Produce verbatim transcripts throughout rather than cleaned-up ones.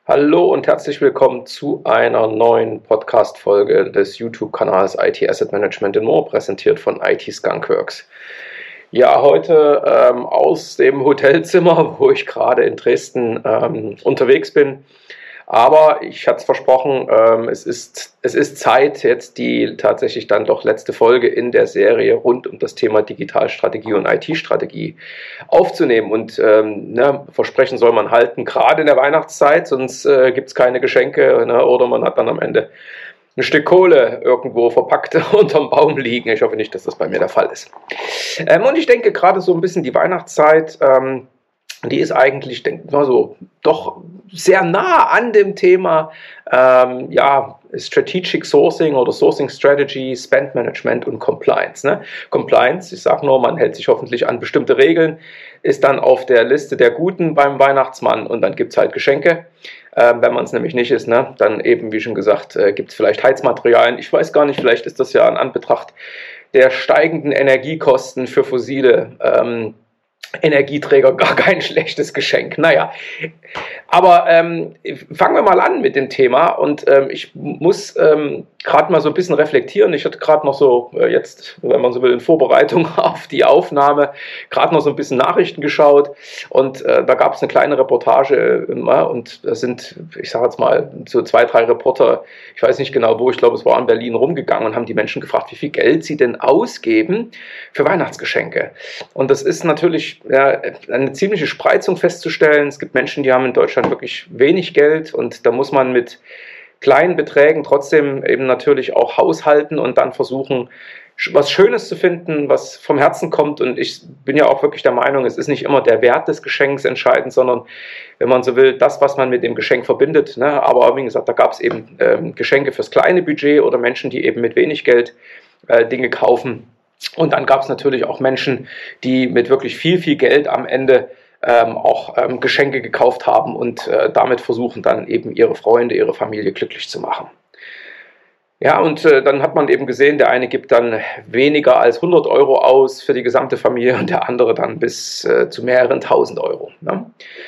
Hallo und herzlich willkommen zu einer neuen Podcast-Folge des YouTube-Kanals I T Asset Management and More, präsentiert von I T Skunkworks. Ja, heute ähm, aus dem Hotelzimmer, wo ich gerade in Dresden ähm, unterwegs bin. Aber ich hatte es versprochen, ähm, es ist, es ist Zeit, jetzt die tatsächlich dann doch letzte Folge in der Serie rund um das Thema Digitalstrategie und I T-Strategie aufzunehmen. Und ähm, ne, Versprechen soll man halten, gerade in der Weihnachtszeit, sonst äh, gibt es keine Geschenke, ne, oder man hat dann am Ende ein Stück Kohle irgendwo verpackt unterm Baum liegen. Ich hoffe nicht, dass das bei mir der Fall ist. Ähm, und ich denke gerade so ein bisschen die Weihnachtszeit, ähm, die ist eigentlich, denke ich mal so, doch sehr nah an dem Thema ähm, ja, Strategic Sourcing oder Sourcing Strategy, Spend Management und Compliance. Ne? Compliance, ich sage nur, man hält sich hoffentlich an bestimmte Regeln, ist dann auf der Liste der Guten beim Weihnachtsmann und dann gibt es halt Geschenke. Ähm, wenn man es nämlich nicht ist, ne? Dann eben, wie schon gesagt, äh, gibt es vielleicht Heizmaterialien. Ich weiß gar nicht, vielleicht ist das ja in Anbetracht der steigenden Energiekosten für fossile ähm, Energieträger gar kein schlechtes Geschenk. Naja, aber ähm, fangen wir mal an mit dem Thema und ähm, ich muss ähm, gerade mal so ein bisschen reflektieren. Ich hatte gerade noch so, äh, jetzt, wenn man so will, in Vorbereitung auf die Aufnahme, gerade noch so ein bisschen Nachrichten geschaut und äh, da gab es eine kleine Reportage äh, und da sind, ich sage jetzt mal, so zwei, drei Reporter, ich weiß nicht genau wo, ich glaube es war in Berlin rumgegangen und haben die Menschen gefragt, wie viel Geld sie denn ausgeben für Weihnachtsgeschenke. Und das ist natürlich ja, eine ziemliche Spreizung festzustellen. Es gibt Menschen, die haben in Deutschland wirklich wenig Geld und da muss man mit kleinen Beträgen trotzdem eben natürlich auch haushalten und dann versuchen, was Schönes zu finden, was vom Herzen kommt. Und ich bin ja auch wirklich der Meinung, es ist nicht immer der Wert des Geschenks entscheidend, sondern, wenn man so will, das, was man mit dem Geschenk verbindet. Ne? Aber wie gesagt, da gab es eben ähm, Geschenke fürs kleine Budget oder Menschen, die eben mit wenig Geld äh, Dinge kaufen. Und dann gab es natürlich auch Menschen, die mit wirklich viel, viel Geld am Ende ähm, auch ähm, Geschenke gekauft haben und äh, damit versuchen dann eben ihre Freunde, ihre Familie glücklich zu machen. Ja, und äh, dann hat man eben gesehen, der eine gibt dann weniger als hundert Euro aus für die gesamte Familie und der andere dann bis äh, zu mehreren tausend Euro. Ne?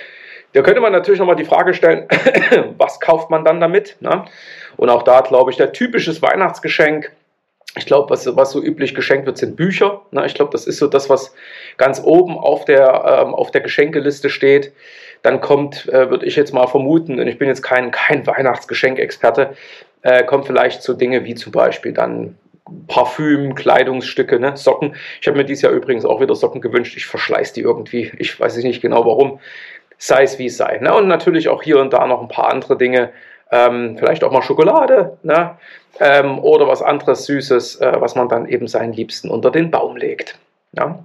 Da könnte man natürlich nochmal die Frage stellen, was kauft man dann damit? Ne? Und auch da, glaube ich, der typische Weihnachtsgeschenk. Ich glaube, was, was so üblich geschenkt wird, sind Bücher. Ich glaube, das ist so das, was ganz oben auf der, ähm, auf der Geschenkeliste steht. Dann kommt, äh, würde ich jetzt mal vermuten, und ich bin jetzt kein, kein Weihnachtsgeschenkexperte, äh, kommt vielleicht so Dinge wie zum Beispiel dann Parfüm, Kleidungsstücke, ne, Socken. Ich habe mir dieses Jahr übrigens auch wieder Socken gewünscht. Ich verschleiß die irgendwie. Ich weiß nicht genau warum. Sei es wie es sei. Ne? Und natürlich auch hier und da noch ein paar andere Dinge. Ähm, vielleicht auch mal Schokolade, ne? ähm, oder was anderes Süßes, äh, was man dann eben seinen Liebsten unter den Baum legt. Ja?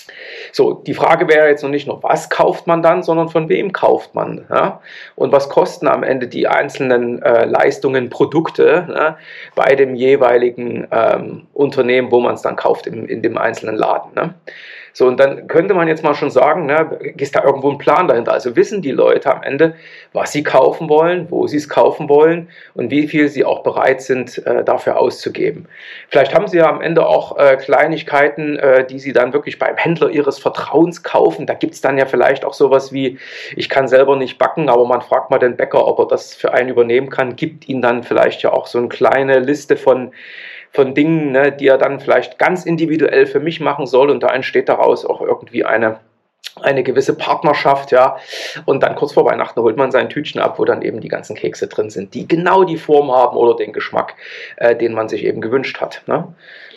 So, die Frage wäre jetzt noch nicht nur, was kauft man dann, sondern von wem kauft man? Ja? Und was kosten am Ende die einzelnen äh, Leistungen, Produkte, ne, bei dem jeweiligen ähm, Unternehmen, wo man es dann kauft, in, in dem einzelnen Laden. Ne? So, und dann könnte man jetzt mal schon sagen, ne, ist da irgendwo ein Plan dahinter? Also wissen die Leute am Ende, was sie kaufen wollen, wo sie es kaufen wollen und wie viel sie auch bereit sind, äh, dafür auszugeben. Vielleicht haben sie ja am Ende auch äh, Kleinigkeiten, äh, die sie dann wirklich beim Händler ihres Vertrauens kaufen. Da gibt es dann ja vielleicht auch sowas wie, ich kann selber nicht backen, aber man fragt mal den Bäcker, ob er das für einen übernehmen kann, gibt ihnen dann vielleicht ja auch so eine kleine Liste von von Dingen, ne, die er dann vielleicht ganz individuell für mich machen soll und da entsteht daraus auch irgendwie eine, eine gewisse Partnerschaft, ja, und dann kurz vor Weihnachten holt man sein Tütchen ab, wo dann eben die ganzen Kekse drin sind, die genau die Form haben oder den Geschmack, äh, den man sich eben gewünscht hat, ne?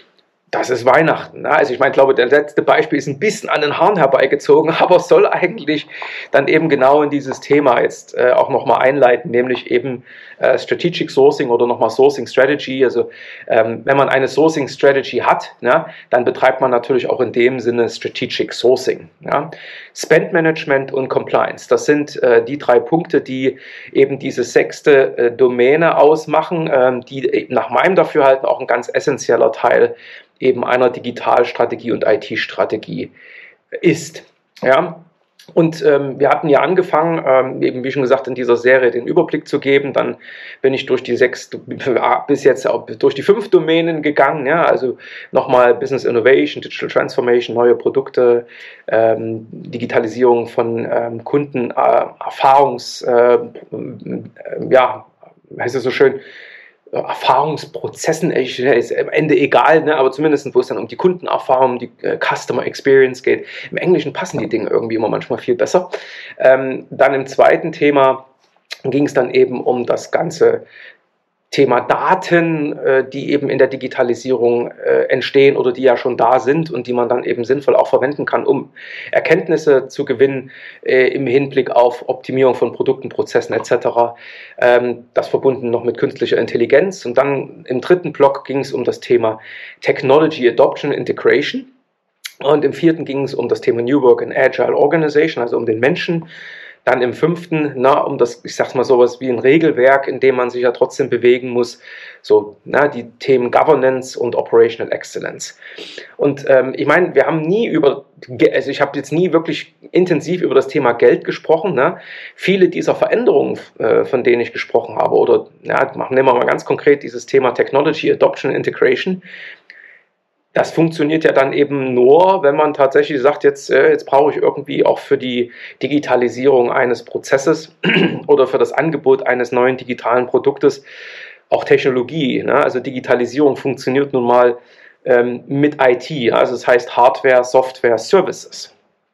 Das ist Weihnachten. Ne? Also ich meine, ich glaube, das letzte Beispiel ist ein bisschen an den Haaren herbeigezogen, aber soll eigentlich dann eben genau in dieses Thema jetzt äh, auch nochmal einleiten, nämlich eben äh, Strategic Sourcing oder nochmal Sourcing Strategy. Also ähm, wenn man eine Sourcing Strategy hat, ne, dann betreibt man natürlich auch in dem Sinne Strategic Sourcing. Ja? Spend Management und Compliance, das sind äh, die drei Punkte, die eben diese sechste äh, Domäne ausmachen, äh, die nach meinem Dafürhalten auch ein ganz essentieller Teil eben einer Digitalstrategie und I T-Strategie ist. Ja? Und ähm, wir hatten ja angefangen, ähm, eben wie schon gesagt, in dieser Serie den Überblick zu geben. Dann bin ich durch die sechs, bis jetzt auch durch die fünf Domänen gegangen. Ja, also nochmal Business Innovation, Digital Transformation, neue Produkte, ähm, Digitalisierung von ähm, Kunden, äh, Erfahrungs, äh, ja, heißt es so schön, Erfahrungsprozessen, ist am Ende egal, ne, aber zumindest, wo es dann um die Kundenerfahrung, die äh, Customer Experience geht. Im Englischen passen die Dinge irgendwie immer manchmal viel besser. Ähm, dann im zweiten Thema ging es dann eben um das ganze Thema Daten, äh, die eben in der Digitalisierung äh, entstehen oder die ja schon da sind und die man dann eben sinnvoll auch verwenden kann, um Erkenntnisse zu gewinnen äh, im Hinblick auf Optimierung von Produkten, Prozessen et cetera. Ähm, das verbunden noch mit künstlicher Intelligenz. Und dann im dritten Block ging es um das Thema Technology Adoption Integration. Und im vierten ging es um das Thema New Work and Agile Organization, also um den Menschen. Dann im fünften, na, um das, ich sag's mal sowas wie ein Regelwerk, in dem man sich ja trotzdem bewegen muss, so, na, die Themen Governance und Operational Excellence. Und ähm, ich meine, wir haben nie über, also ich habe jetzt nie wirklich intensiv über das Thema Geld gesprochen. Ne? Viele dieser Veränderungen, äh, von denen ich gesprochen habe, oder ja, nehmen wir mal ganz konkret dieses Thema Technology Adoption Integration. Das funktioniert ja dann eben nur, wenn man tatsächlich sagt, jetzt, jetzt brauche ich irgendwie auch für die Digitalisierung eines Prozesses oder für das Angebot eines neuen digitalen Produktes auch Technologie. Ne? Also Digitalisierung funktioniert nun mal ähm, mit I T, also das heißt Hardware, Software, Services.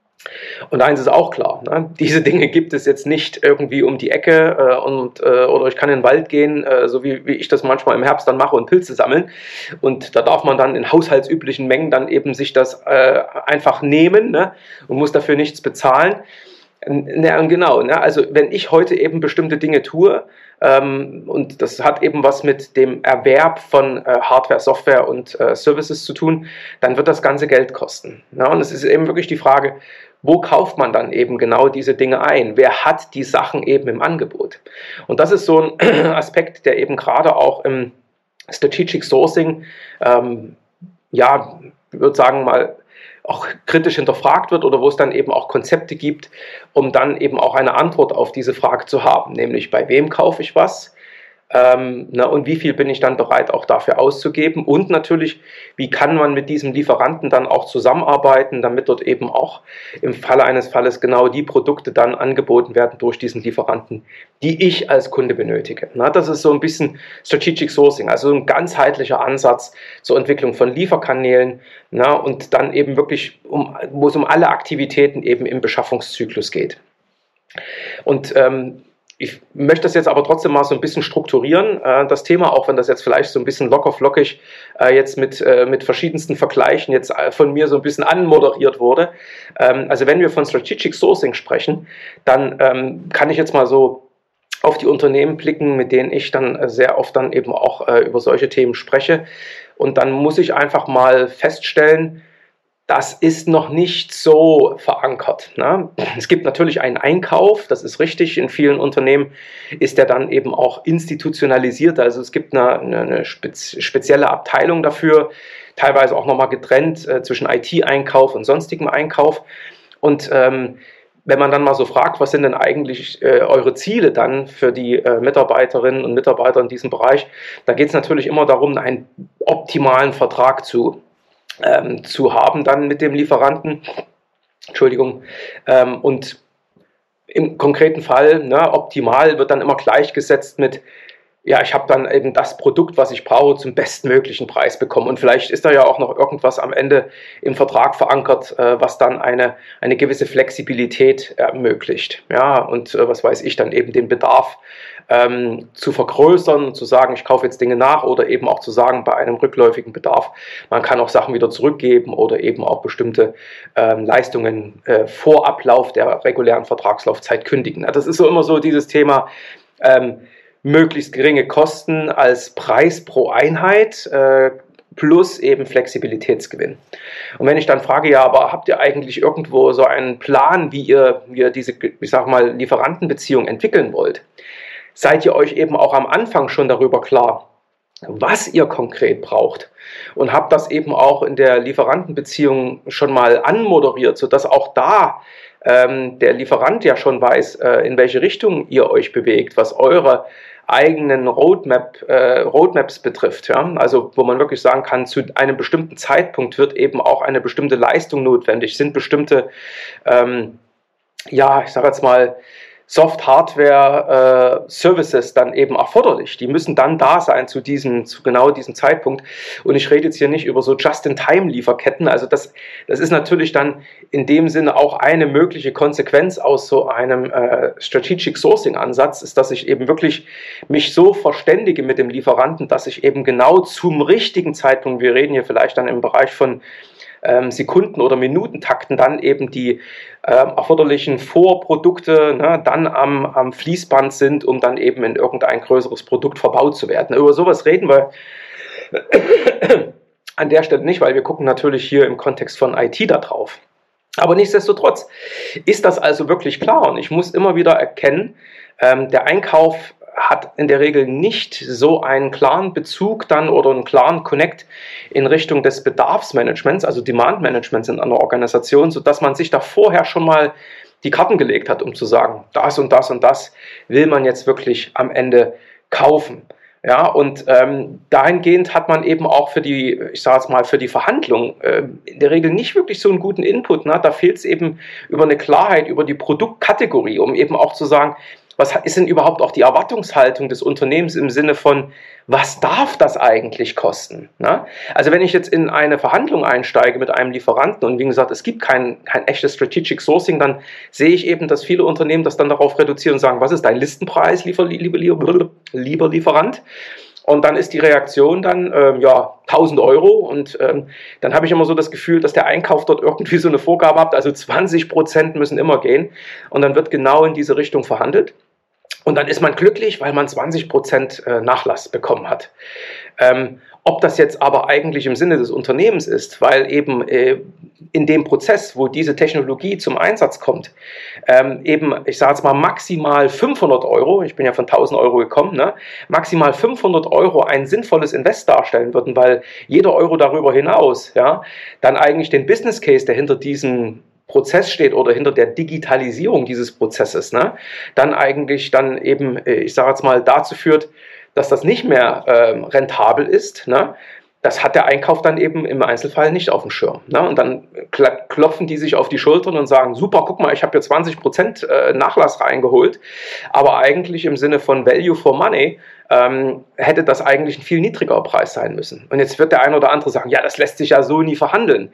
Und eins ist auch klar, ne? Diese Dinge gibt es jetzt nicht irgendwie um die Ecke äh, und, äh, oder ich kann in den Wald gehen, äh, so wie, wie ich das manchmal im Herbst dann mache und Pilze sammeln. Und da darf man dann in haushaltsüblichen Mengen dann eben sich das äh, einfach nehmen, ne? Und muss dafür nichts bezahlen. Ja, genau, ne? Also wenn ich heute eben bestimmte Dinge tue, ähm, und das hat eben was mit dem Erwerb von äh, Hardware, Software und äh, Services zu tun, dann wird das ganze Geld kosten. Ne? Und es ist eben wirklich die Frage, wo kauft man dann eben genau diese Dinge ein? Wer hat die Sachen eben im Angebot? Und das ist so ein Aspekt, der eben gerade auch im Strategic Sourcing, ähm, ja, ich würde sagen mal, auch kritisch hinterfragt wird oder wo es dann eben auch Konzepte gibt, um dann eben auch eine Antwort auf diese Frage zu haben, nämlich bei wem kaufe ich was? Ähm, na, und wie viel bin ich dann bereit auch dafür auszugeben und natürlich, wie kann man mit diesem Lieferanten dann auch zusammenarbeiten, damit dort eben auch im Falle eines Falles genau die Produkte dann angeboten werden durch diesen Lieferanten, die ich als Kunde benötige. Na, das ist so ein bisschen Strategic Sourcing, also ein ganzheitlicher Ansatz zur Entwicklung von Lieferkanälen, na, und dann eben wirklich, um, wo es um alle Aktivitäten eben im Beschaffungszyklus geht. Und ähm, ich möchte das jetzt aber trotzdem mal so ein bisschen strukturieren, äh, das Thema, auch wenn das jetzt vielleicht so ein bisschen locker flockig äh, jetzt mit, äh, mit verschiedensten Vergleichen jetzt von mir so ein bisschen anmoderiert wurde. Ähm, also wenn wir von Strategic Sourcing sprechen, dann ähm, kann ich jetzt mal so auf die Unternehmen blicken, mit denen ich dann sehr oft dann eben auch äh, über solche Themen spreche. Und dann muss ich einfach mal feststellen, das ist noch nicht so verankert. Ne? Es gibt natürlich einen Einkauf, das ist richtig. In vielen Unternehmen ist der dann eben auch institutionalisiert. Also es gibt eine, eine spezielle Abteilung dafür, teilweise auch nochmal getrennt äh, zwischen I T-Einkauf und sonstigem Einkauf. Und ähm, wenn man dann mal so fragt, was sind denn eigentlich äh, eure Ziele dann für die äh, Mitarbeiterinnen und Mitarbeiter in diesem Bereich, da geht es natürlich immer darum, einen optimalen Vertrag zu Ähm, zu haben dann mit dem Lieferanten, Entschuldigung, ähm, und im konkreten Fall, ne, optimal wird dann immer gleichgesetzt mit, ja, ich habe dann eben das Produkt, was ich brauche, zum bestmöglichen Preis bekommen. Und vielleicht ist da ja auch noch irgendwas am Ende im Vertrag verankert, äh, was dann eine, eine gewisse Flexibilität ermöglicht. Ja, und äh, was weiß ich, dann eben den Bedarf ähm, zu vergrößern, zu sagen, ich kaufe jetzt Dinge nach oder eben auch zu sagen, bei einem rückläufigen Bedarf, man kann auch Sachen wieder zurückgeben oder eben auch bestimmte ähm, Leistungen äh, vor Ablauf der regulären Vertragslaufzeit kündigen. Das ist so immer so dieses Thema, ähm, möglichst geringe Kosten als Preis pro Einheit äh, plus eben Flexibilitätsgewinn. Und wenn ich dann frage, ja, aber habt ihr eigentlich irgendwo so einen Plan, wie ihr, wie ihr diese, ich sag mal, Lieferantenbeziehung entwickeln wollt? Seid ihr euch eben auch am Anfang schon darüber klar, was ihr konkret braucht und habe das eben auch in der Lieferantenbeziehung schon mal anmoderiert, sodass auch da ähm, der Lieferant ja schon weiß, äh, in welche Richtung ihr euch bewegt, was eure eigenen Roadmap, äh, Roadmaps betrifft. Ja? Also wo man wirklich sagen kann, zu einem bestimmten Zeitpunkt wird eben auch eine bestimmte Leistung notwendig, sind bestimmte, ähm, ja, ich sage jetzt mal, Soft-Hardware-Services äh, dann eben erforderlich. Die müssen dann da sein zu diesem, zu genau diesem Zeitpunkt. Und ich rede jetzt hier nicht über so Just-in-Time-Lieferketten. Also das, das ist natürlich dann in dem Sinne auch eine mögliche Konsequenz aus so einem äh, Strategic Sourcing-Ansatz, ist, dass ich eben wirklich mich so verständige mit dem Lieferanten, dass ich eben genau zum richtigen Zeitpunkt, wir reden hier vielleicht dann im Bereich von Ähm, Sekunden- oder Minutentakten dann eben die ähm, erforderlichen Vorprodukte ne, dann am, am Fließband sind, um dann eben in irgendein größeres Produkt verbaut zu werden. Über sowas reden wir an der Stelle nicht, weil wir gucken natürlich hier im Kontext von I T da drauf. Aber nichtsdestotrotz ist das also wirklich klar und ich muss immer wieder erkennen, ähm, der Einkauf hat in der Regel nicht so einen klaren Bezug dann oder einen klaren Connect in Richtung des Bedarfsmanagements, also Demand-Managements in einer Organisation, sodass man sich da vorher schon mal die Karten gelegt hat, um zu sagen, das und das und das will man jetzt wirklich am Ende kaufen. Ja, und ähm, dahingehend hat man eben auch für die, ich sage jetzt mal, für die Verhandlung äh, in der Regel nicht wirklich so einen guten Input. Ne? Da fehlt es eben über eine Klarheit, über die Produktkategorie, um eben auch zu sagen, was ist denn überhaupt auch die Erwartungshaltung des Unternehmens im Sinne von, was darf das eigentlich kosten? Ne? Also wenn ich jetzt in eine Verhandlung einsteige mit einem Lieferanten und wie gesagt, es gibt kein, kein echtes Strategic Sourcing, dann sehe ich eben, dass viele Unternehmen das dann darauf reduzieren und sagen, was ist dein Listenpreis, lieber, lieber, lieber, lieber Lieferant? Und dann ist die Reaktion dann, ähm, ja, tausend Euro und ähm, dann habe ich immer so das Gefühl, dass der Einkauf dort irgendwie so eine Vorgabe hat, also zwanzig Prozent müssen immer gehen und dann wird genau in diese Richtung verhandelt. Und dann ist man glücklich, weil man zwanzig Prozent Nachlass bekommen hat. Ähm, ob das jetzt aber eigentlich im Sinne des Unternehmens ist, weil eben äh, in dem Prozess, wo diese Technologie zum Einsatz kommt, ähm, eben, ich sage jetzt mal, maximal fünfhundert Euro, ich bin ja von tausend Euro gekommen, ne, maximal fünfhundert Euro ein sinnvolles Invest darstellen würden, weil jeder Euro darüber hinaus, ja, dann eigentlich den Business Case, der hinter diesem Prozess steht oder hinter der Digitalisierung dieses Prozesses, ne, dann eigentlich dann eben, ich sage jetzt mal, dazu führt, dass das nicht mehr ähm, rentabel ist, ne, das hat der Einkauf dann eben im Einzelfall nicht auf dem Schirm. Ne, und dann klopfen die sich auf die Schultern und sagen, super, guck mal, ich habe hier zwanzig Prozent äh, Nachlass reingeholt, aber eigentlich im Sinne von Value for Money ähm, hätte das eigentlich ein viel niedrigerer Preis sein müssen. Und jetzt wird der eine oder andere sagen, ja, das lässt sich ja so nie verhandeln.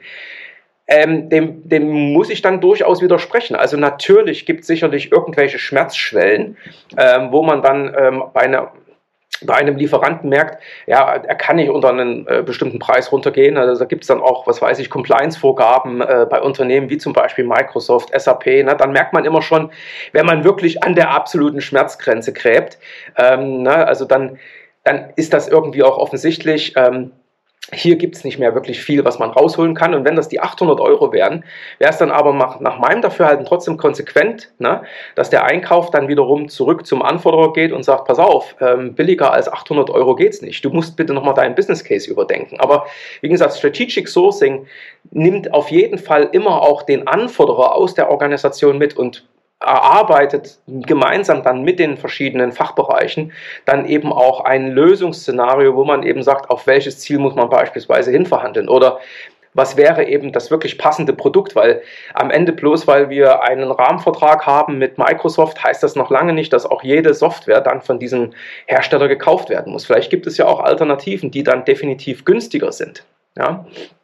Ähm, dem, dem muss ich dann durchaus widersprechen. Also natürlich gibt es sicherlich irgendwelche Schmerzschwellen, ähm, wo man dann ähm, bei, einer, bei einem Lieferanten merkt, ja, er kann nicht unter einen äh, bestimmten Preis runtergehen. Also da gibt es dann auch, was weiß ich, Compliance-Vorgaben äh, bei Unternehmen wie zum Beispiel Microsoft, S A P. Ne? Dann merkt man immer schon, wenn man wirklich an der absoluten Schmerzgrenze gräbt, ähm, ne? also dann, dann ist das irgendwie auch offensichtlich. Ähm, Hier gibt es nicht mehr wirklich viel, was man rausholen kann. Und wenn das die achthundert Euro wären, wäre es dann aber nach, nach meinem Dafürhalten trotzdem konsequent, ne, dass der Einkauf dann wiederum zurück zum Anforderer geht und sagt, pass auf, ähm, billiger als achthundert Euro geht es nicht. Du musst bitte nochmal deinen Business Case überdenken. Aber wie gesagt, Strategic Sourcing nimmt auf jeden Fall immer auch den Anforderer aus der Organisation mit und erarbeitet gemeinsam dann mit den verschiedenen Fachbereichen dann eben auch ein Lösungsszenario, wo man eben sagt, auf welches Ziel muss man beispielsweise hinverhandeln oder was wäre eben das wirklich passende Produkt, weil am Ende bloß, weil wir einen Rahmenvertrag haben mit Microsoft, heißt das noch lange nicht, dass auch jede Software dann von diesem Hersteller gekauft werden muss. Vielleicht gibt es ja auch Alternativen, die dann definitiv günstiger sind. Ja?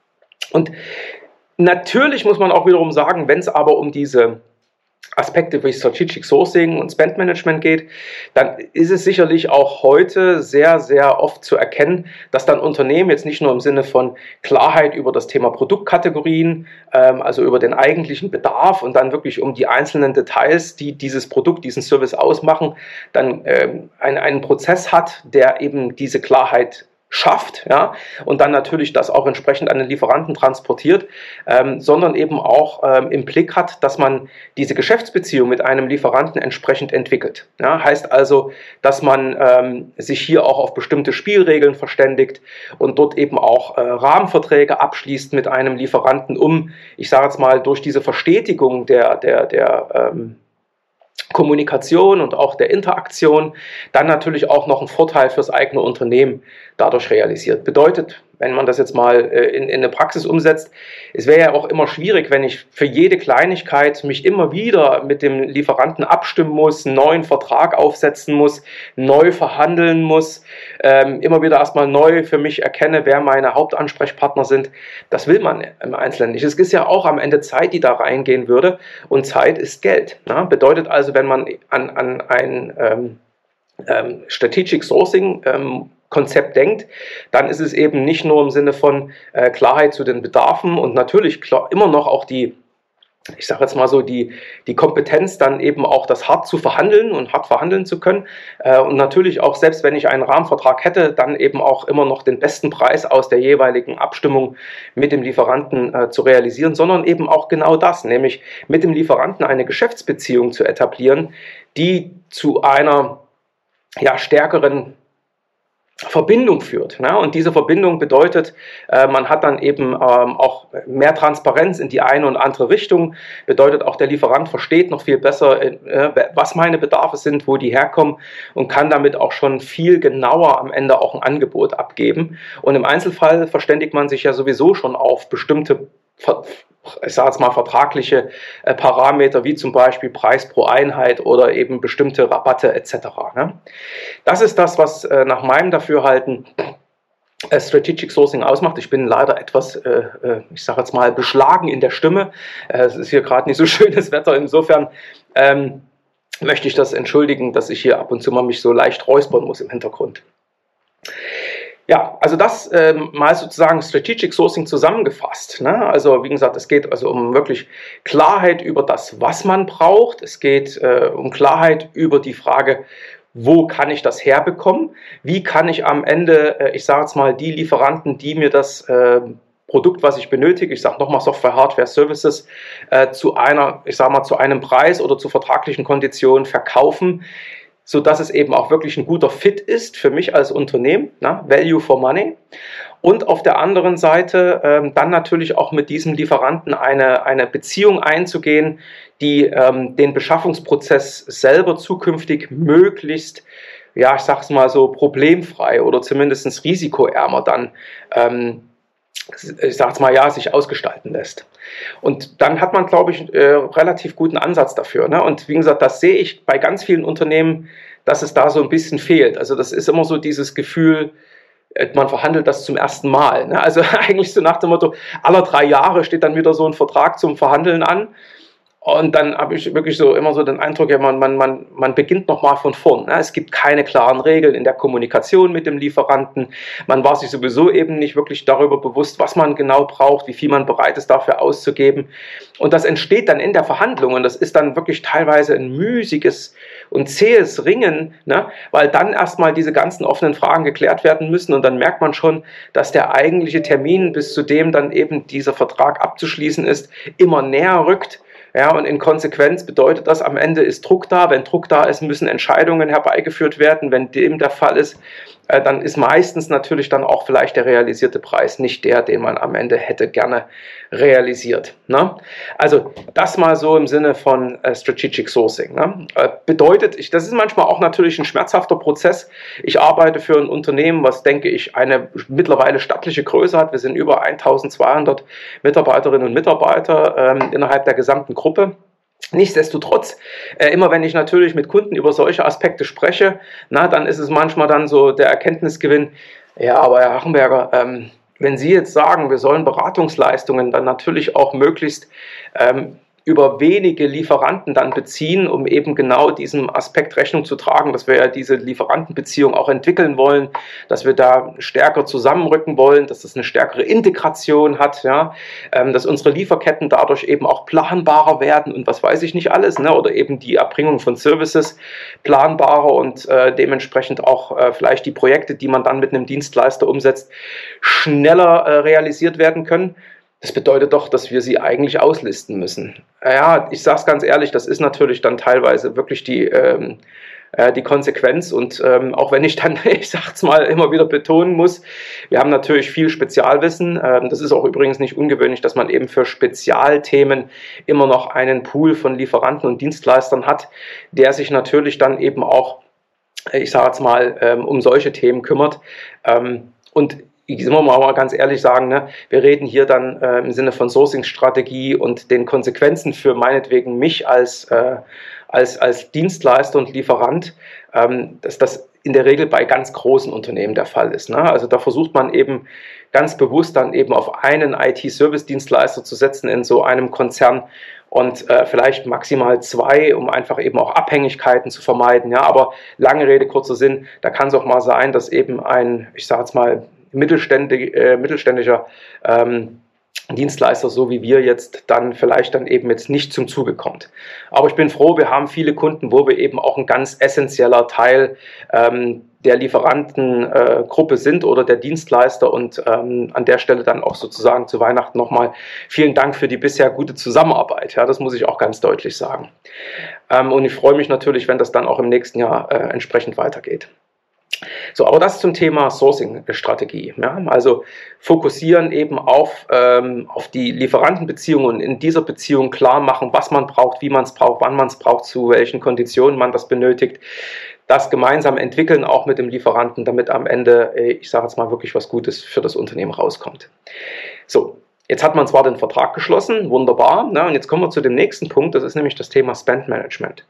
Und natürlich muss man auch wiederum sagen, wenn es aber um diese Aspekte wie Strategic Sourcing und Spend Management geht, dann ist es sicherlich auch heute sehr, sehr oft zu erkennen, dass dann Unternehmen jetzt nicht nur im Sinne von Klarheit über das Thema Produktkategorien, ähm, also über den eigentlichen Bedarf und dann wirklich um die einzelnen Details, die dieses Produkt, diesen Service ausmachen, dann ähm, ein, einen Prozess hat, der eben diese Klarheit schafft, ja, und dann natürlich das auch entsprechend an den Lieferanten transportiert, ähm, sondern eben auch ähm, im Blick hat, dass man diese Geschäftsbeziehung mit einem Lieferanten entsprechend entwickelt. Ja, heißt also, dass man ähm, sich hier auch auf bestimmte Spielregeln verständigt und dort eben auch äh, Rahmenverträge abschließt mit einem Lieferanten, um, ich sage jetzt mal, durch diese Verstetigung der, der, der ähm, Kommunikation und auch der Interaktion dann natürlich auch noch einen Vorteil fürs eigene Unternehmen dadurch realisiert. Bedeutet, wenn man das jetzt mal in, in eine Praxis umsetzt, es wäre ja auch immer schwierig, wenn ich für jede Kleinigkeit mich immer wieder mit dem Lieferanten abstimmen muss, einen neuen Vertrag aufsetzen muss, neu verhandeln muss, ähm, immer wieder erstmal neu für mich erkenne, wer meine Hauptansprechpartner sind. Das will man im Einzelnen nicht. Es ist ja auch am Ende Zeit, die da reingehen würde, und Zeit ist Geld. Ne? Bedeutet also, wenn man an, an ein ähm, ähm, Strategic Sourcing ähm, Konzept denkt, dann ist es eben nicht nur im Sinne von äh, Klarheit zu den Bedarfen und natürlich klar, immer noch auch die, ich sage jetzt mal so, die, die Kompetenz, dann eben auch das hart zu verhandeln und hart verhandeln zu können. Äh, und natürlich auch, selbst wenn ich einen Rahmenvertrag hätte, dann eben auch immer noch den besten Preis aus der jeweiligen Abstimmung mit dem Lieferanten äh, zu realisieren, sondern eben auch genau das, nämlich mit dem Lieferanten eine Geschäftsbeziehung zu etablieren, die zu einer ja, stärkeren Verbindung führt. Ne? Und diese Verbindung bedeutet, äh, man hat dann eben ähm, auch mehr Transparenz in die eine und andere Richtung, bedeutet auch, der Lieferant versteht noch viel besser, äh, was meine Bedarfe sind, wo die herkommen und kann damit auch schon viel genauer am Ende auch ein Angebot abgeben. Und im Einzelfall verständigt man sich ja sowieso schon auf bestimmte, ich sage jetzt mal, vertragliche äh, Parameter, wie zum Beispiel Preis pro Einheit oder eben bestimmte Rabatte et cetera. Ne? Das ist das, was äh, nach meinem Dafürhalten äh, Strategic Sourcing ausmacht. Ich bin leider etwas, äh, äh, ich sage jetzt mal, beschlagen in der Stimme. Äh, es ist hier gerade nicht so schönes Wetter, insofern ähm, möchte ich das entschuldigen, dass ich hier ab und zu mal mich so leicht räuspern muss im Hintergrund. Ja, also das ähm, mal sozusagen Strategic Sourcing zusammengefasst. Ne? Also wie gesagt, es geht also um wirklich Klarheit über das, was man braucht. Es geht äh, um Klarheit über die Frage, wo kann ich das herbekommen? Wie kann ich am Ende, äh, ich sage jetzt mal, die Lieferanten, die mir das äh, Produkt, was ich benötige, ich sage nochmal Software, Hardware, Services, äh, zu einer, ich sage mal, zu einem Preis oder zu vertraglichen Konditionen verkaufen, so dass es eben auch wirklich ein guter Fit ist für mich als Unternehmen, na, Value for Money. Und auf der anderen Seite ähm, dann natürlich auch mit diesem Lieferanten eine, eine Beziehung einzugehen, die ähm, den Beschaffungsprozess selber zukünftig möglichst, ja, ich sag's mal so, problemfrei oder zumindest risikoärmer dann ähm, ich sag's mal, ja, sich ausgestalten lässt. Und dann hat man, glaube ich, äh, relativ guten Ansatz dafür. Ne? Und wie gesagt, das sehe ich bei ganz vielen Unternehmen, dass es da so ein bisschen fehlt. Also das ist immer so dieses Gefühl, äh, man verhandelt das zum ersten Mal. Ne? Also eigentlich so nach dem Motto, alle drei Jahre steht dann wieder so ein Vertrag zum Verhandeln an. Und dann habe ich wirklich so immer so den Eindruck, ja, man, man, man, man beginnt nochmal von vorn. Ne? Es gibt keine klaren Regeln in der Kommunikation mit dem Lieferanten. Man war sich sowieso eben nicht wirklich darüber bewusst, was man genau braucht, wie viel man bereit ist, dafür auszugeben. Und das entsteht dann in der Verhandlung. Und das ist dann wirklich teilweise ein müßiges und zähes Ringen, ne? Weil dann erstmal diese ganzen offenen Fragen geklärt werden müssen. Und dann merkt man schon, dass der eigentliche Termin, bis zu dem dann eben dieser Vertrag abzuschließen ist, immer näher rückt. Ja, und in Konsequenz bedeutet das, am Ende ist Druck da. Wenn Druck da ist, müssen Entscheidungen herbeigeführt werden. Wenn dem der Fall ist, äh, dann ist meistens natürlich dann auch vielleicht der realisierte Preis nicht der, den man am Ende hätte gerne realisiert. Ne? Also das mal so im Sinne von äh, Strategic Sourcing. Ne? Äh, bedeutet, ich, das ist manchmal auch natürlich ein schmerzhafter Prozess. Ich arbeite für ein Unternehmen, was, denke ich, eine mittlerweile stattliche Größe hat. Wir sind über eintausendzweihundert Mitarbeiterinnen und Mitarbeiter ähm, innerhalb der gesamten Gruppe. Nichtsdestotrotz, äh, immer wenn ich natürlich mit Kunden über solche Aspekte spreche, na, dann ist es manchmal dann so der Erkenntnisgewinn, ja, aber Herr Hachenberger, ähm, wenn Sie jetzt sagen, wir sollen Beratungsleistungen dann natürlich auch möglichst ähm, über wenige Lieferanten dann beziehen, um eben genau diesem Aspekt Rechnung zu tragen, dass wir ja diese Lieferantenbeziehung auch entwickeln wollen, dass wir da stärker zusammenrücken wollen, dass es eine stärkere Integration hat, ja, dass unsere Lieferketten dadurch eben auch planbarer werden und was weiß ich nicht alles, ne, oder eben die Erbringung von Services planbarer und äh, dementsprechend auch äh, vielleicht die Projekte, die man dann mit einem Dienstleister umsetzt, schneller äh, realisiert werden können. Das bedeutet doch, dass wir sie eigentlich auslisten müssen. Ja, ich sage es ganz ehrlich, das ist natürlich dann teilweise wirklich die, ähm, äh, die Konsequenz. Und ähm, auch wenn ich dann, ich sage es mal, immer wieder betonen muss, wir haben natürlich viel Spezialwissen. Ähm, das ist auch übrigens nicht ungewöhnlich, dass man eben für Spezialthemen immer noch einen Pool von Lieferanten und Dienstleistern hat, der sich natürlich dann eben auch, ich sage jetzt mal, ähm, um solche Themen kümmert. Ähm, und Ich muss mal ganz ehrlich sagen, ne, wir reden hier dann äh, im Sinne von Sourcing-Strategie und den Konsequenzen für meinetwegen mich als, äh, als, als Dienstleister und Lieferant, ähm, dass das in der Regel bei ganz großen Unternehmen der Fall ist. Ne? Also da versucht man eben ganz bewusst dann eben auf einen I T-Service-Dienstleister zu setzen in so einem Konzern und äh, vielleicht maximal zwei, um einfach eben auch Abhängigkeiten zu vermeiden. Ja, aber lange Rede, kurzer Sinn, da kann es auch mal sein, dass eben ein, ich sage jetzt mal, Mittelständig, äh, mittelständischer ähm, Dienstleister, so wie wir jetzt, dann vielleicht dann eben jetzt nicht zum Zuge kommt. Aber ich bin froh, wir haben viele Kunden, wo wir eben auch ein ganz essentieller Teil ähm, der Lieferantengruppe äh, sind oder der Dienstleister und ähm, an der Stelle dann auch sozusagen zu Weihnachten nochmal vielen Dank für die bisher gute Zusammenarbeit. Ja, das muss ich auch ganz deutlich sagen. Ähm, und ich freue mich natürlich, wenn das dann auch im nächsten Jahr äh, entsprechend weitergeht. So, aber das zum Thema Sourcing-Strategie. Ja? Also fokussieren eben auf, ähm, auf die Lieferantenbeziehung und in dieser Beziehung klar machen, was man braucht, wie man es braucht, wann man es braucht, zu welchen Konditionen man das benötigt. Das gemeinsam entwickeln, auch mit dem Lieferanten, damit am Ende, ich sage jetzt mal, wirklich was Gutes für das Unternehmen rauskommt. So, jetzt hat man zwar den Vertrag geschlossen, wunderbar, ne? Und jetzt kommen wir zu dem nächsten Punkt, das ist nämlich das Thema Spend Management.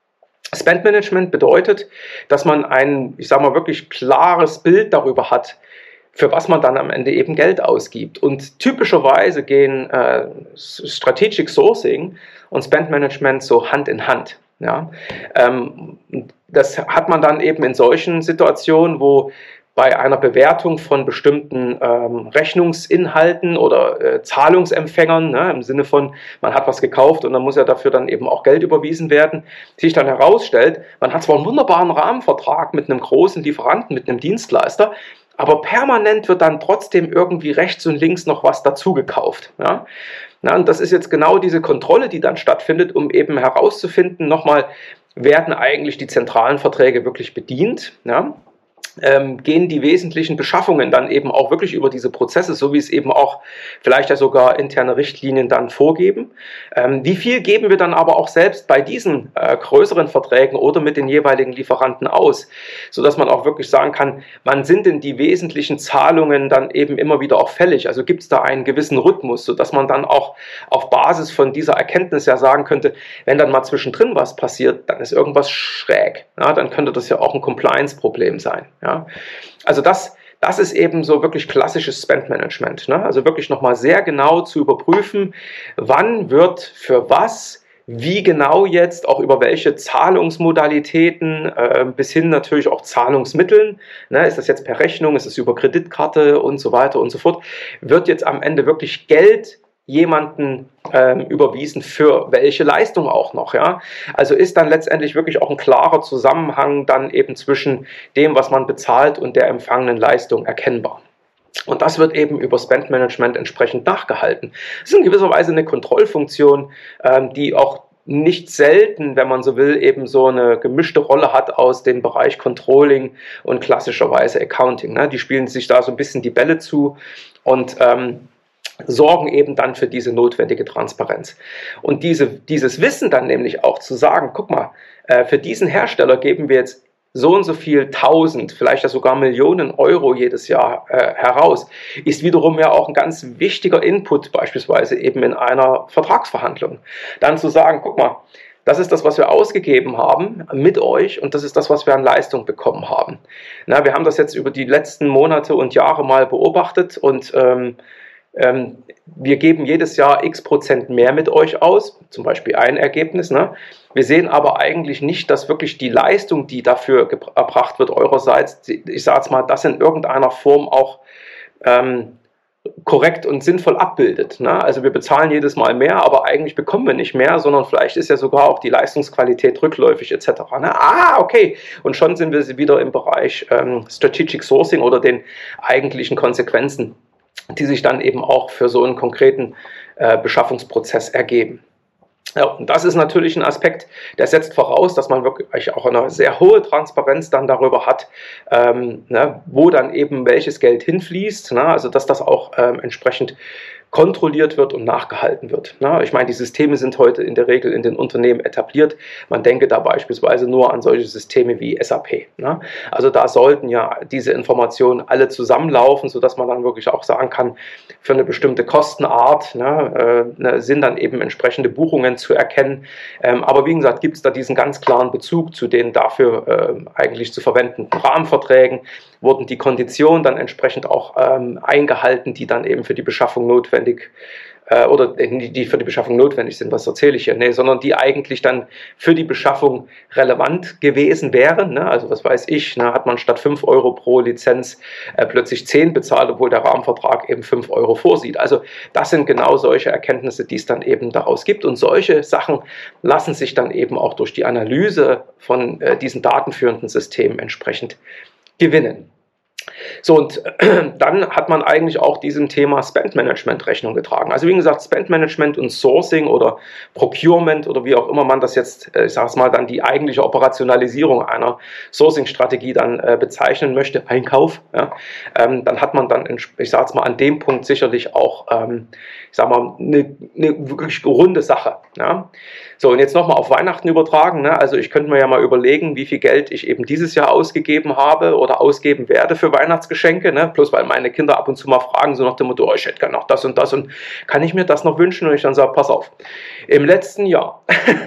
Spend Management bedeutet, dass man ein, ich sage mal, wirklich klares Bild darüber hat, für was man dann am Ende eben Geld ausgibt. Und typischerweise gehen äh, Strategic Sourcing und Spend Management so Hand in Hand. Ja? Ähm, das hat man dann eben in solchen Situationen, wo bei einer Bewertung von bestimmten ähm, Rechnungsinhalten oder äh, Zahlungsempfängern, ne, im Sinne von, man hat was gekauft und dann muss ja dafür dann eben auch Geld überwiesen werden, sich dann herausstellt, man hat zwar einen wunderbaren Rahmenvertrag mit einem großen Lieferanten, mit einem Dienstleister, aber permanent wird dann trotzdem irgendwie rechts und links noch was dazu gekauft. Ja? Na, und das ist jetzt genau diese Kontrolle, die dann stattfindet, um eben herauszufinden, nochmal, werden eigentlich die zentralen Verträge wirklich bedient, ja? Ähm, gehen die wesentlichen Beschaffungen dann eben auch wirklich über diese Prozesse, so wie es eben auch vielleicht ja sogar interne Richtlinien dann vorgeben. Ähm, wie viel geben wir dann aber auch selbst bei diesen äh, größeren Verträgen oder mit den jeweiligen Lieferanten aus, sodass man auch wirklich sagen kann, wann sind denn die wesentlichen Zahlungen dann eben immer wieder auch fällig? Also gibt es da einen gewissen Rhythmus, sodass man dann auch auf Basis von dieser Erkenntnis ja sagen könnte, wenn dann mal zwischendrin was passiert, dann ist irgendwas schräg. Ja, dann könnte das ja auch ein Compliance-Problem sein. Ja, also das, das ist eben so wirklich klassisches Spend-Management. Ne? Also wirklich nochmal sehr genau zu überprüfen, wann wird für was, wie genau jetzt, auch über welche Zahlungsmodalitäten, äh, bis hin natürlich auch Zahlungsmitteln, ne? Ist das jetzt per Rechnung, ist es über Kreditkarte und so weiter und so fort, wird jetzt am Ende wirklich Geld jemanden ähm, überwiesen für welche Leistung auch noch, ja. Also ist dann letztendlich wirklich auch ein klarer Zusammenhang dann eben zwischen dem, was man bezahlt und der empfangenen Leistung erkennbar. Und das wird eben über Spend Management entsprechend nachgehalten. Das ist in gewisser Weise eine Kontrollfunktion, ähm, die auch nicht selten, wenn man so will, eben so eine gemischte Rolle hat aus dem Bereich Controlling und klassischerweise Accounting. Ne? Die spielen sich da so ein bisschen die Bälle zu und ähm, sorgen eben dann für diese notwendige Transparenz. Und diese, dieses Wissen dann nämlich auch zu sagen, guck mal, äh, für diesen Hersteller geben wir jetzt so und so viel tausend, vielleicht ja sogar Millionen Euro jedes Jahr äh, heraus, ist wiederum ja auch ein ganz wichtiger Input, beispielsweise eben in einer Vertragsverhandlung. Dann zu sagen, guck mal, das ist das, was wir ausgegeben haben mit euch und das ist das, was wir an Leistung bekommen haben. Na, wir haben das jetzt über die letzten Monate und Jahre mal beobachtet und ähm, ähm, wir geben jedes Jahr x Prozent mehr mit euch aus, zum Beispiel ein Ergebnis. Ne? Wir sehen aber eigentlich nicht, dass wirklich die Leistung, die dafür erbracht wird eurerseits, ich sage es mal, das in irgendeiner Form auch ähm, korrekt und sinnvoll abbildet. Ne? Also wir bezahlen jedes Mal mehr, aber eigentlich bekommen wir nicht mehr, sondern vielleicht ist ja sogar auch die Leistungsqualität rückläufig et cetera. Ne? Ah, okay. Und schon sind wir wieder im Bereich ähm, Strategic Sourcing oder den eigentlichen Konsequenzen, die sich dann eben auch für so einen konkreten äh, Beschaffungsprozess ergeben. Ja, und das ist natürlich ein Aspekt, der setzt voraus, dass man wirklich auch eine sehr hohe Transparenz dann darüber hat, ähm, ne, wo dann eben welches Geld hinfließt, ne, also dass das auch ähm, entsprechend kontrolliert wird und nachgehalten wird. Ne? Ich meine, die Systeme sind heute in der Regel in den Unternehmen etabliert. Man denke da beispielsweise nur an solche Systeme wie S A P. Ne? Also da sollten ja diese Informationen alle zusammenlaufen, sodass man dann wirklich auch sagen kann, für eine bestimmte Kostenart ne, äh, sind dann eben entsprechende Buchungen zu erkennen. Ähm, aber wie gesagt, gibt es da diesen ganz klaren Bezug zu den dafür äh, eigentlich zu verwendenden Rahmenverträgen, wurden die Konditionen dann entsprechend auch ähm, eingehalten, die dann eben für die Beschaffung notwendig äh, oder die für die Beschaffung notwendig sind, was erzähle ich hier, nee, sondern die eigentlich dann für die Beschaffung relevant gewesen wären. Ne? Also was weiß ich, ne, hat man statt fünf Euro pro Lizenz äh, plötzlich zehn bezahlt, obwohl der Rahmenvertrag eben fünf Euro vorsieht. Also das sind genau solche Erkenntnisse, die es dann eben daraus gibt. Und solche Sachen lassen sich dann eben auch durch die Analyse von äh, diesen datenführenden Systemen entsprechend gewinnen. So, und äh, dann hat man eigentlich auch diesem Thema Spend Management Rechnung getragen. Also wie gesagt, Spend Management und Sourcing oder Procurement oder wie auch immer man das jetzt, äh, ich sage es mal, dann die eigentliche Operationalisierung einer Sourcing-Strategie dann äh, bezeichnen möchte, Einkauf, ja, ähm, dann hat man dann, ich sage es mal, an dem Punkt sicherlich auch, ähm, ich sage mal, eine, eine wirklich runde Sache. Ja. So, und jetzt nochmal auf Weihnachten übertragen. Ne? Also ich könnte mir ja mal überlegen, wie viel Geld ich eben dieses Jahr ausgegeben habe oder ausgeben werde für Weihnachtsgeschenke. Ne? Plus weil meine Kinder ab und zu mal fragen, so nach dem Motto, oh, ich hätte gerne noch das und das und kann ich mir das noch wünschen? Und ich dann sage, pass auf, im letzten Jahr,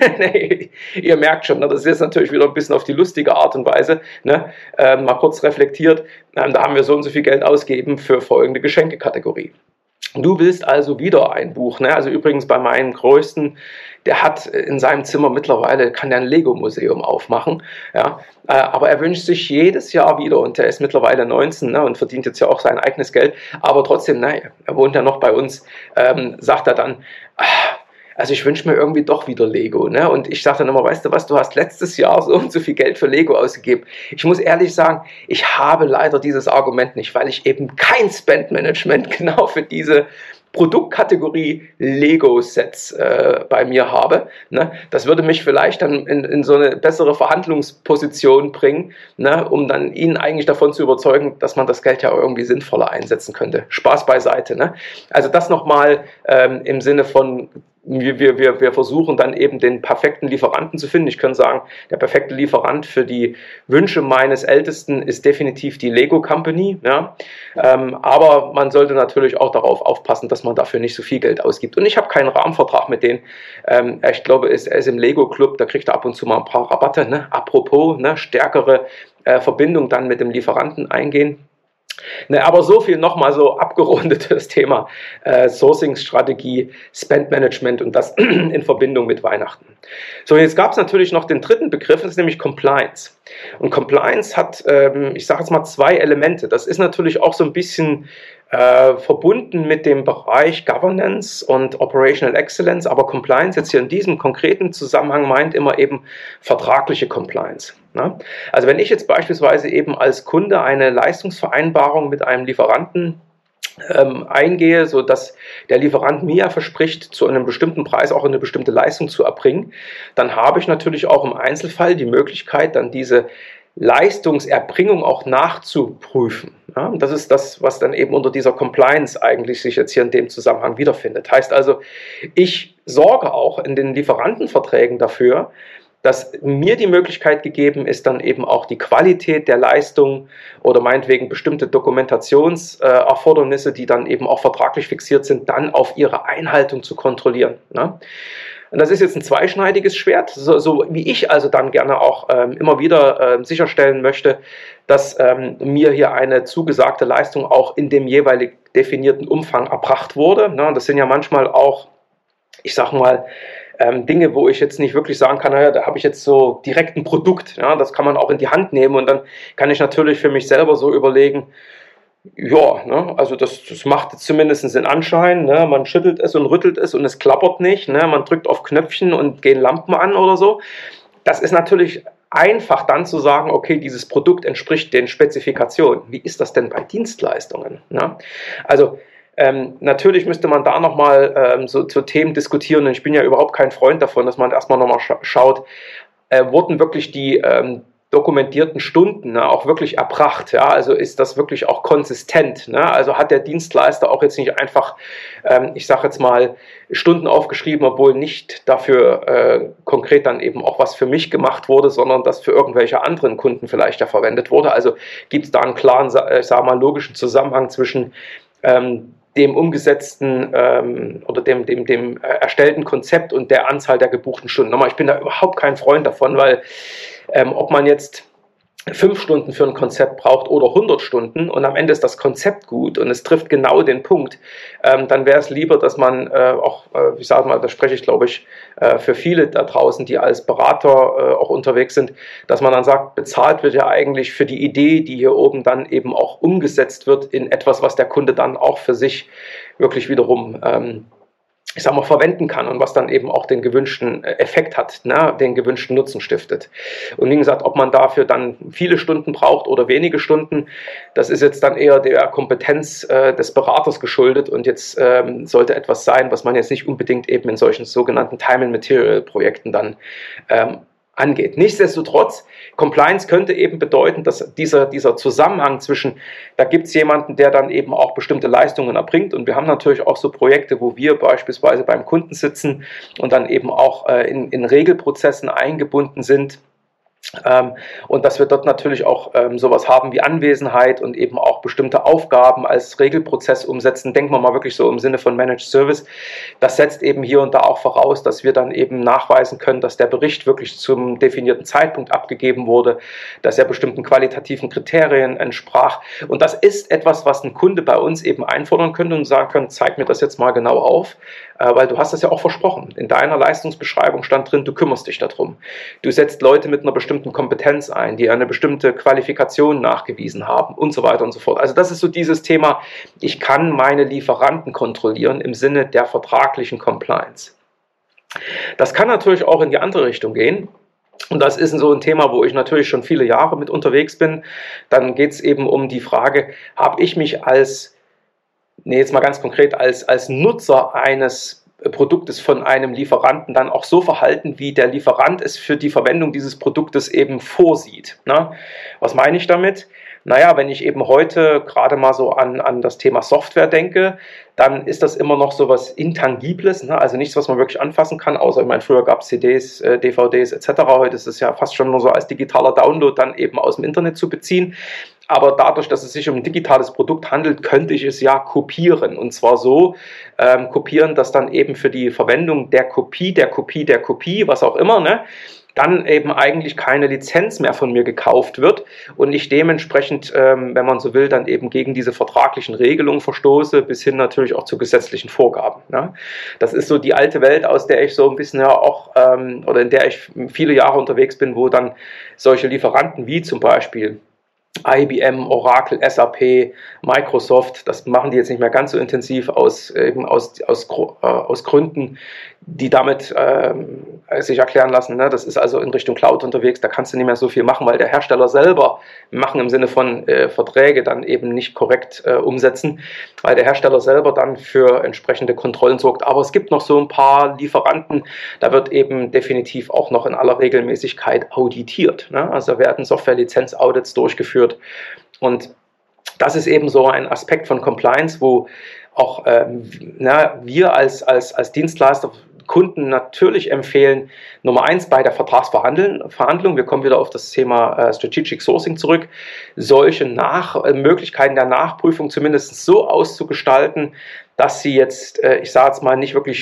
nee, ihr merkt schon, ne? Das ist jetzt natürlich wieder ein bisschen auf die lustige Art und Weise, ne? äh, mal kurz reflektiert, äh, da haben wir so und so viel Geld ausgegeben für folgende Geschenkekategorie. Du willst also wieder ein Buch, ne? Also übrigens bei meinem Größten, der hat in seinem Zimmer mittlerweile, kann er ein Lego-Museum aufmachen, ja? äh, aber er wünscht sich jedes Jahr wieder und der ist mittlerweile neunzehn, ne? Und verdient jetzt ja auch sein eigenes Geld, aber trotzdem, ne, er wohnt ja noch bei uns, ähm, sagt er dann, ach, also ich wünsche mir irgendwie doch wieder Lego, ne? Und ich sage dann immer, weißt du was, du hast letztes Jahr so und so viel Geld für Lego ausgegeben. Ich muss ehrlich sagen, ich habe leider dieses Argument nicht, weil ich eben kein Spend-Management genau für diese Produktkategorie Lego-Sets äh, bei mir habe. Ne? Das würde mich vielleicht dann in, in so eine bessere Verhandlungsposition bringen, ne? Um dann Ihnen eigentlich davon zu überzeugen, dass man das Geld ja irgendwie sinnvoller einsetzen könnte. Spaß beiseite. Ne? Also das nochmal ähm, im Sinne von, wir, wir, wir versuchen dann eben den perfekten Lieferanten zu finden. Ich kann sagen, der perfekte Lieferant für die Wünsche meines Ältesten ist definitiv die Lego Company. Ja? Ähm, aber man sollte natürlich auch darauf aufpassen, dass man dafür nicht so viel Geld ausgibt. Und ich habe keinen Rahmenvertrag mit denen. Ähm, ich glaube, er ist, er ist im Lego Club, da kriegt er ab und zu mal ein paar Rabatte. Ne? Apropos, ne? Stärkere äh, Verbindung dann mit dem Lieferanten eingehen. Ne, aber so viel nochmal so abgerundet das Thema äh, Sourcing-Strategie, Spend-Management und das in Verbindung mit Weihnachten. So, jetzt gab es natürlich noch den dritten Begriff, das ist nämlich Compliance. Und Compliance hat, ähm, ich sage jetzt mal, zwei Elemente. Das ist natürlich auch so ein bisschen äh, verbunden mit dem Bereich Governance und Operational Excellence, aber Compliance jetzt hier in diesem konkreten Zusammenhang meint immer eben vertragliche Compliance. Ne? Also wenn ich jetzt beispielsweise eben als Kunde eine Leistungsvereinbarung mit einem Lieferanten ähm, eingehe, sodass der Lieferant mir verspricht, zu einem bestimmten Preis auch eine bestimmte Leistung zu erbringen, dann habe ich natürlich auch im Einzelfall die Möglichkeit, dann diese Leistungserbringung auch nachzuprüfen. Ja, und das ist das, was dann eben unter dieser Compliance eigentlich sich jetzt hier in dem Zusammenhang wiederfindet. Heißt also, ich sorge auch in den Lieferantenverträgen dafür, dass mir die Möglichkeit gegeben ist, dann eben auch die Qualität der Leistung oder meinetwegen bestimmte Dokumentationserfordernisse, die dann eben auch vertraglich fixiert sind, dann auf ihre Einhaltung zu kontrollieren. Ne? Und das ist jetzt ein zweischneidiges Schwert, so, so wie ich also dann gerne auch ähm, immer wieder ähm, sicherstellen möchte, dass ähm, mir hier eine zugesagte Leistung auch in dem jeweilig definierten Umfang erbracht wurde. Ne? Und das sind ja manchmal auch, ich sag mal, ähm, Dinge, wo ich jetzt nicht wirklich sagen kann, naja, da habe ich jetzt so direkt ein Produkt. Ja? Das kann man auch in die Hand nehmen und dann kann ich natürlich für mich selber so überlegen, ja, ne, also das, das macht jetzt zumindest den Anschein, ne, man schüttelt es und rüttelt es und es klappert nicht, ne, man drückt auf Knöpfchen und gehen Lampen an oder so. Das ist natürlich einfach dann zu sagen, okay, dieses Produkt entspricht den Spezifikationen. Wie ist das denn bei Dienstleistungen? Ne? Also ähm, natürlich müsste man da nochmal ähm, so zu Themen diskutieren und ich bin ja überhaupt kein Freund davon, dass man erstmal nochmal scha schaut, äh, wurden wirklich die ähm, dokumentierten Stunden, ne, auch wirklich erbracht, ja, also ist das wirklich auch konsistent, ne, also hat der Dienstleister auch jetzt nicht einfach, ähm, ich sage jetzt mal, Stunden aufgeschrieben, obwohl nicht dafür äh, konkret dann eben auch was für mich gemacht wurde, sondern das für irgendwelche anderen Kunden vielleicht ja verwendet wurde, also gibt es da einen klaren, äh, sag mal, logischen Zusammenhang zwischen ähm, dem umgesetzten ähm, oder dem, dem, dem äh, erstellten Konzept und der Anzahl der gebuchten Stunden. Nochmal, ich bin da überhaupt kein Freund davon, weil ähm, ob man jetzt fünf Stunden für ein Konzept braucht oder hundert Stunden und am Ende ist das Konzept gut und es trifft genau den Punkt, ähm, dann wäre es lieber, dass man äh, auch, äh, ich sage mal, da spreche ich glaube ich äh, für viele da draußen, die als Berater äh, auch unterwegs sind, dass man dann sagt, bezahlt wird ja eigentlich für die Idee, die hier oben dann eben auch umgesetzt wird in etwas, was der Kunde dann auch für sich wirklich wiederum ähm, ich sag mal, verwenden kann und was dann eben auch den gewünschten Effekt hat, ne, den gewünschten Nutzen stiftet. Und wie gesagt, ob man dafür dann viele Stunden braucht oder wenige Stunden, das ist jetzt dann eher der Kompetenz äh, des Beraters geschuldet und jetzt ähm, sollte etwas sein, was man jetzt nicht unbedingt eben in solchen sogenannten Time-and-Material-Projekten dann ähm, angeht. Nichtsdestotrotz, Compliance könnte eben bedeuten, dass dieser, dieser Zusammenhang zwischen, da gibt es jemanden, der dann eben auch bestimmte Leistungen erbringt und wir haben natürlich auch so Projekte, wo wir beispielsweise beim Kunden sitzen und dann eben auch äh, in, in Regelprozessen eingebunden sind. Ähm, und dass wir dort natürlich auch ähm, sowas haben wie Anwesenheit und eben auch bestimmte Aufgaben als Regelprozess umsetzen. Denken wir mal wirklich so im Sinne von Managed Service. Das setzt eben hier und da auch voraus, dass wir dann eben nachweisen können, dass der Bericht wirklich zum definierten Zeitpunkt abgegeben wurde, dass er bestimmten qualitativen Kriterien entsprach. Und das ist etwas, was ein Kunde bei uns eben einfordern könnte und sagen könnte, zeig mir das jetzt mal genau auf, äh, weil du hast das ja auch versprochen. In deiner Leistungsbeschreibung stand drin, du kümmerst dich darum. Du setzt Leute mit einer bestimmten Kompetenz ein, die eine bestimmte Qualifikation nachgewiesen haben und so weiter und so fort. Also das ist so dieses Thema, ich kann meine Lieferanten kontrollieren im Sinne der vertraglichen Compliance. Das kann natürlich auch in die andere Richtung gehen. Und das ist so ein Thema, wo ich natürlich schon viele Jahre mit unterwegs bin. Dann geht es eben um die Frage, habe ich mich als, nee, jetzt mal ganz konkret, als, als Nutzer eines Produktes von einem Lieferanten dann auch so verhalten, wie der Lieferant es für die Verwendung dieses Produktes eben vorsieht. Ne? Was meine ich damit? Naja, wenn ich eben heute gerade mal so an, an das Thema Software denke, dann ist das immer noch so was Intangibles, ne? Also nichts, was man wirklich anfassen kann, außer, ich meine, früher gab es C Ds, äh, D V Ds et cetera. Heute ist es ja fast schon nur so als digitaler Download dann eben aus dem Internet zu beziehen. Aber dadurch, dass es sich um ein digitales Produkt handelt, könnte ich es ja kopieren. Und zwar so ähm, kopieren, dass dann eben für die Verwendung der Kopie, der Kopie, der Kopie, was auch immer, ne, dann eben eigentlich keine Lizenz mehr von mir gekauft wird und ich dementsprechend, ähm, wenn man so will, dann eben gegen diese vertraglichen Regelungen verstoße, bis hin natürlich auch zu gesetzlichen Vorgaben. Ne? Das ist so die alte Welt, aus der ich so ein bisschen ja auch, ähm, oder in der ich viele Jahre unterwegs bin, wo dann solche Lieferanten wie zum Beispiel I B M, Oracle, S A P, Microsoft, das machen die jetzt nicht mehr ganz so intensiv aus, eben aus, aus, äh, aus Gründen, die damit ähm, sich erklären lassen. Ne? Das ist also in Richtung Cloud unterwegs, da kannst du nicht mehr so viel machen, weil der Hersteller selber machen im Sinne von äh, Verträge dann eben nicht korrekt äh, umsetzen, weil der Hersteller selber dann für entsprechende Kontrollen sorgt. Aber es gibt noch so ein paar Lieferanten, da wird eben definitiv auch noch in aller Regelmäßigkeit auditiert. Ne? Also werden Software-Lizenz-Audits durchgeführt und das ist eben so ein Aspekt von Compliance, wo auch ähm, na, wir als, als, als Dienstleister Kunden natürlich empfehlen, Nummer eins bei der Vertragsverhandlung, wir kommen wieder auf das Thema äh, Strategic Sourcing zurück, solche Nach äh, Möglichkeiten der Nachprüfung zumindest so auszugestalten, dass sie jetzt, äh, ich sage jetzt mal, nicht wirklich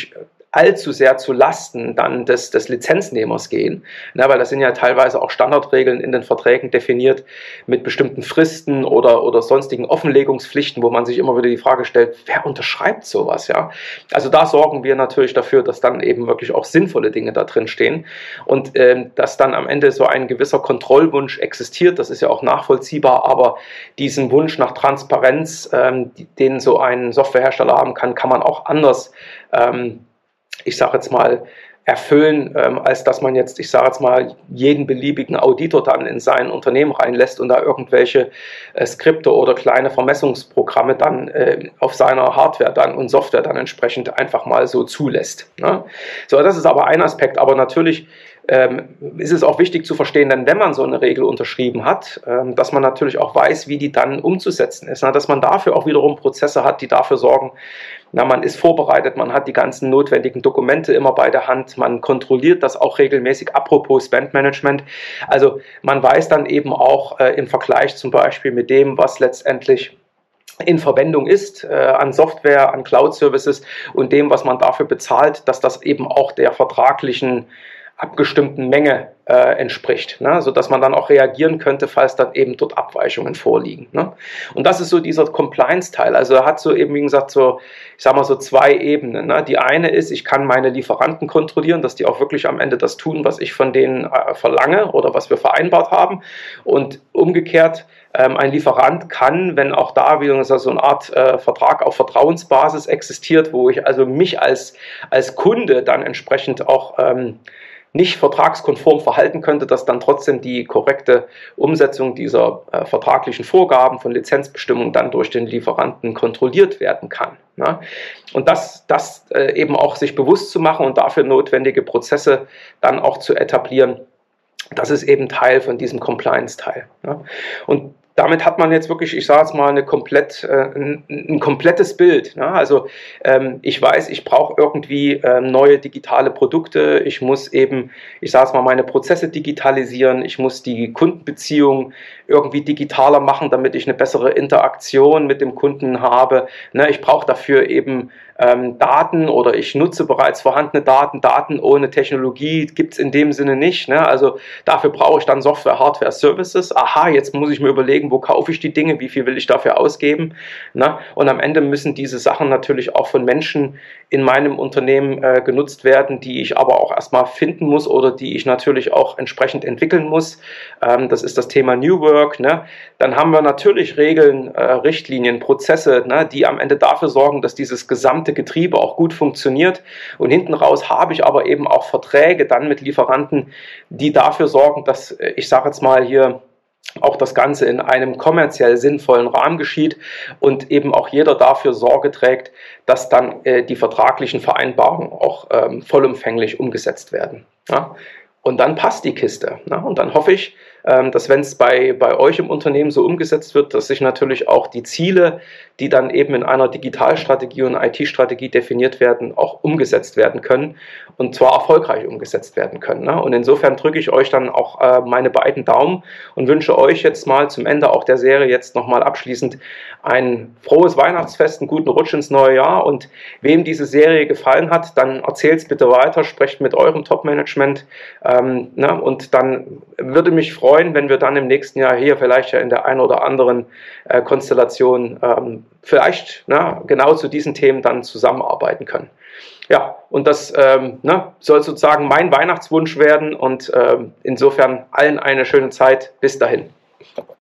allzu sehr zu Lasten dann des, des Lizenznehmers gehen, ne, weil das sind ja teilweise auch Standardregeln in den Verträgen definiert mit bestimmten Fristen oder, oder sonstigen Offenlegungspflichten, wo man sich immer wieder die Frage stellt, wer unterschreibt sowas, ja? Also da sorgen wir natürlich dafür, dass dann eben wirklich auch sinnvolle Dinge da drin stehen und ähm, dass dann am Ende so ein gewisser Kontrollwunsch existiert, das ist ja auch nachvollziehbar, aber diesen Wunsch nach Transparenz, ähm, den so ein Softwarehersteller haben kann, kann man auch anders ähm, ich sage jetzt mal, erfüllen, ähm, als dass man jetzt, ich sage jetzt mal, jeden beliebigen Auditor dann in sein Unternehmen reinlässt und da irgendwelche äh, Skripte oder kleine Vermessungsprogramme dann äh, auf seiner Hardware dann und Software dann entsprechend einfach mal so zulässt. Ne? So, das ist aber ein Aspekt, aber natürlich ähm, ist es auch wichtig zu verstehen, denn wenn man so eine Regel unterschrieben hat, ähm, dass man natürlich auch weiß, wie die dann umzusetzen ist, ne? Dass man dafür auch wiederum Prozesse hat, die dafür sorgen, na, man ist vorbereitet, man hat die ganzen notwendigen Dokumente immer bei der Hand, man kontrolliert das auch regelmäßig, apropos Spendmanagement. Also man weiß dann eben auch äh, im Vergleich zum Beispiel mit dem, was letztendlich in Verwendung ist äh, an Software, an Cloud-Services und dem, was man dafür bezahlt, dass das eben auch der vertraglichen abgestimmten Menge äh, entspricht, ne? Sodass man dann auch reagieren könnte, falls dann eben dort Abweichungen vorliegen. Ne? Und das ist so dieser Compliance-Teil. Also er hat so eben, wie gesagt, so, ich sag mal so zwei Ebenen. Ne? Die eine ist, ich kann meine Lieferanten kontrollieren, dass die auch wirklich am Ende das tun, was ich von denen äh, verlange oder was wir vereinbart haben. Und umgekehrt, ähm, ein Lieferant kann, wenn auch da wieder so eine Art äh, Vertrag auf Vertrauensbasis existiert, wo ich also mich als, als Kunde dann entsprechend auch ähm, nicht vertragskonform verhalten könnte, dass dann trotzdem die korrekte Umsetzung dieser äh, vertraglichen Vorgaben von Lizenzbestimmungen dann durch den Lieferanten kontrolliert werden kann. Ne? Und das, das äh, eben auch sich bewusst zu machen und dafür notwendige Prozesse dann auch zu etablieren, das ist eben Teil von diesem Compliance-Teil. Ne? Und damit hat man jetzt wirklich, ich sage es mal, eine komplett, äh, ein, ein komplettes Bild. Ne? Also ähm, ich weiß, ich brauche irgendwie ähm, neue digitale Produkte. Ich muss eben, ich sage es mal, meine Prozesse digitalisieren. Ich muss die Kundenbeziehung irgendwie digitaler machen, damit ich eine bessere Interaktion mit dem Kunden habe. Ne? Ich brauche dafür eben ähm, Daten oder ich nutze bereits vorhandene Daten. Daten ohne Technologie gibt es in dem Sinne nicht. Ne? Also dafür brauche ich dann Software, Hardware, Services. Aha, jetzt muss ich mir überlegen, wo kaufe ich die Dinge, wie viel will ich dafür ausgeben. Ne? Und am Ende müssen diese Sachen natürlich auch von Menschen in meinem Unternehmen äh, genutzt werden, die ich aber auch erstmal finden muss oder die ich natürlich auch entsprechend entwickeln muss. Ähm, das ist das Thema New Work. Ne? Dann haben wir natürlich Regeln, äh, Richtlinien, Prozesse, ne, die am Ende dafür sorgen, dass dieses gesamte Getriebe auch gut funktioniert. Und hinten raus habe ich aber eben auch Verträge dann mit Lieferanten, die dafür sorgen, dass, ich sage jetzt mal hier, auch das Ganze in einem kommerziell sinnvollen Rahmen geschieht und eben auch jeder dafür Sorge trägt, dass dann äh, die vertraglichen Vereinbarungen auch ähm, vollumfänglich umgesetzt werden. Ja? Und dann passt die Kiste. Ne? Und dann hoffe ich, ähm, dass wenn es bei, bei euch im Unternehmen so umgesetzt wird, dass sich natürlich auch die Ziele, die dann eben in einer Digitalstrategie und I T-Strategie definiert werden, auch umgesetzt werden können und zwar erfolgreich umgesetzt werden können. Ne? Und insofern drücke ich euch dann auch äh, meine beiden Daumen und wünsche euch jetzt mal zum Ende auch der Serie jetzt nochmal abschließend ein frohes Weihnachtsfest, einen guten Rutsch ins neue Jahr und wem diese Serie gefallen hat, dann erzählt es bitte weiter, sprecht mit eurem Top-Management ähm, ne? Und dann würde mich freuen, wenn wir dann im nächsten Jahr hier vielleicht ja in der einen oder anderen äh, Konstellation ähm, vielleicht ne, genau zu diesen Themen dann zusammenarbeiten können. Ja, und das ähm, ne, soll sozusagen mein Weihnachtswunsch werden und ähm, insofern allen eine schöne Zeit. Bis dahin.